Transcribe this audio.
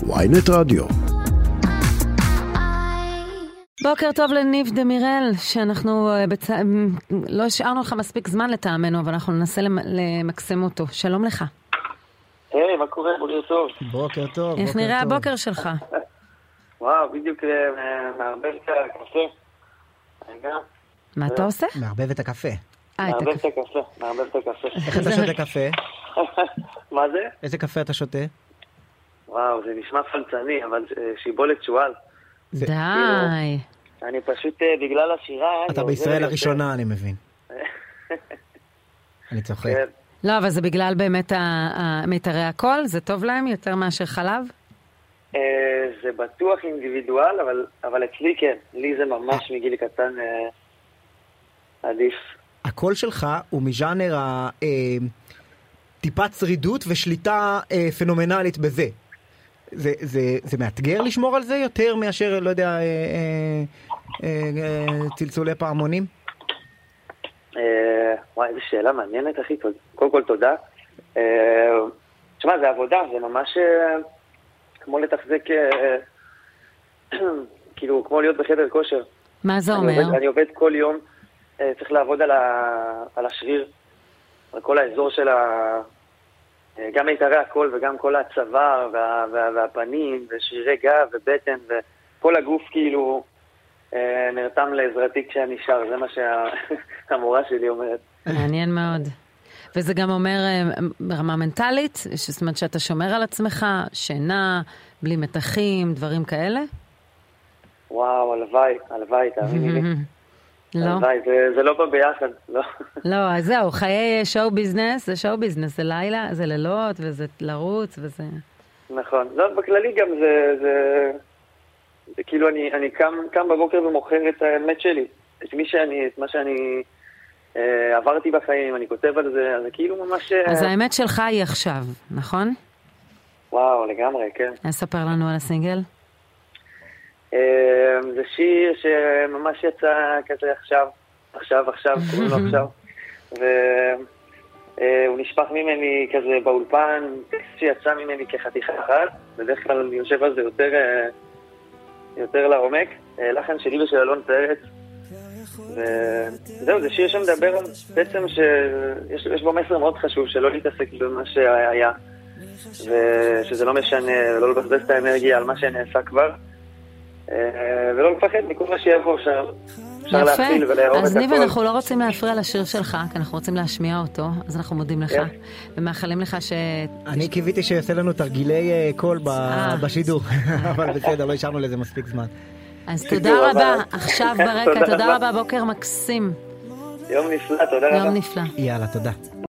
ynet רדיו. בוקר טוב לניב דמירל, שאנחנו לא השארנו לך מספיק זמן לטעמנו, אבל אנחנו ננסה למקסם אותו. שלום לך. היי, מה קורה? בוקר טוב. בוקר טוב. איך נראה הבוקר שלך? וואו, בדיוק מערבב את הקפה. מה אתה עושה? מערבב את הקפה. מערבב את הקפה. איך אתה שותה קפה? מה זה? איזה קפה אתה שותה? וואו, זה נשמע פלצני, אבל שיבולת שואל. די. אני פשוט, בגלל השירה... אתה בישראל הראשונה, אני מבין. אני צוחק. לא, אבל זה בגלל באמת מיתרי הקול? זה טוב להם יותר מאשר חלב? זה בטוח אינדיבידואל, אבל אצלי כן. לי זה ממש מגיל קטן עדיף. הקול שלך הוא מז'אנר טיפת שרידות ושליטה פנומנלית בזה. זה מאתגר לשמור על זה יותר מאשר, לא יודע, צלצולי פעמונים? וואי, איזו שאלה מעניינת, אחי. קודם כל, תודה. תשמע, זה עבודה, זה ממש כמו לתחזק, כאילו, כמו להיות בחדר כושר. מה זה אומר? אני עובד כל יום, צריך לעבוד על השריר, על כל האזור של גם מיתרי הקול וגם כל הצוואר והפנים ושרירי גב ובטן וכל הגוף כאילו נרתם לעזרתי כשאני שר, זה מה שהמורה שלי אומרת. מעניין מאוד. וזה גם אומר ברמה מנטלית, זאת אומרת שאתה שומר על עצמך, שינה, בלי מתחים, דברים כאלה? וואו, הלוואי, תאמיני לי. לא. זה לא בא ביחד, לא. לא, אז זהו, חיי שואו ביזנס, זה שואו ביזנס, זה לילה, זה לילות, וזה לרוץ, וזה... נכון. לא, בכללי גם זה כאילו אני קם בבוקר ומוכר את האמת שלי, את מה שאני עברתי בחיים, אני כותב על זה, אז זה כאילו ממש... אז האמת שלך היא עכשיו, נכון? וואו, לגמרי, כן. אז ספר לנו על הסינגל. זה שיר שממש יצא כזה עכשיו, קוראים לו עכשיו, והוא נשפך ממני כזה באולפן, טקסט שיצא ממני כחתיכה אחת, בדרך כלל אני יושב על זה יותר לעומק, לחן שלי ושל אלון פרץ, וזהו, זה שיר שמדבר בעצם שיש בו מסר מאוד חשוב, שלא להתעסק במה שהיה, ושזה לא משנה, לא לבזבז את האנרגיה על מה שנעשה כבר, ולא לפחד מכל מה שיבוא, אפשר להפעיל ולאהוב את הכל. אז ניב, אנחנו לא רוצים להפריע לשיר שלך, כי אנחנו רוצים להשמיע אותו, אז אנחנו מודים לך, ומאחלים לך אני קיוויתי שיעשה לנו תרגילי קול בשידור, אבל בסדר, לא השארנו לזה מספיק זמן. אז תודה רבה, עכשיו ברקע, תודה רבה, בוקר מקסים. יום נפלא, תודה רבה. יום נפלא. יאללה, תודה.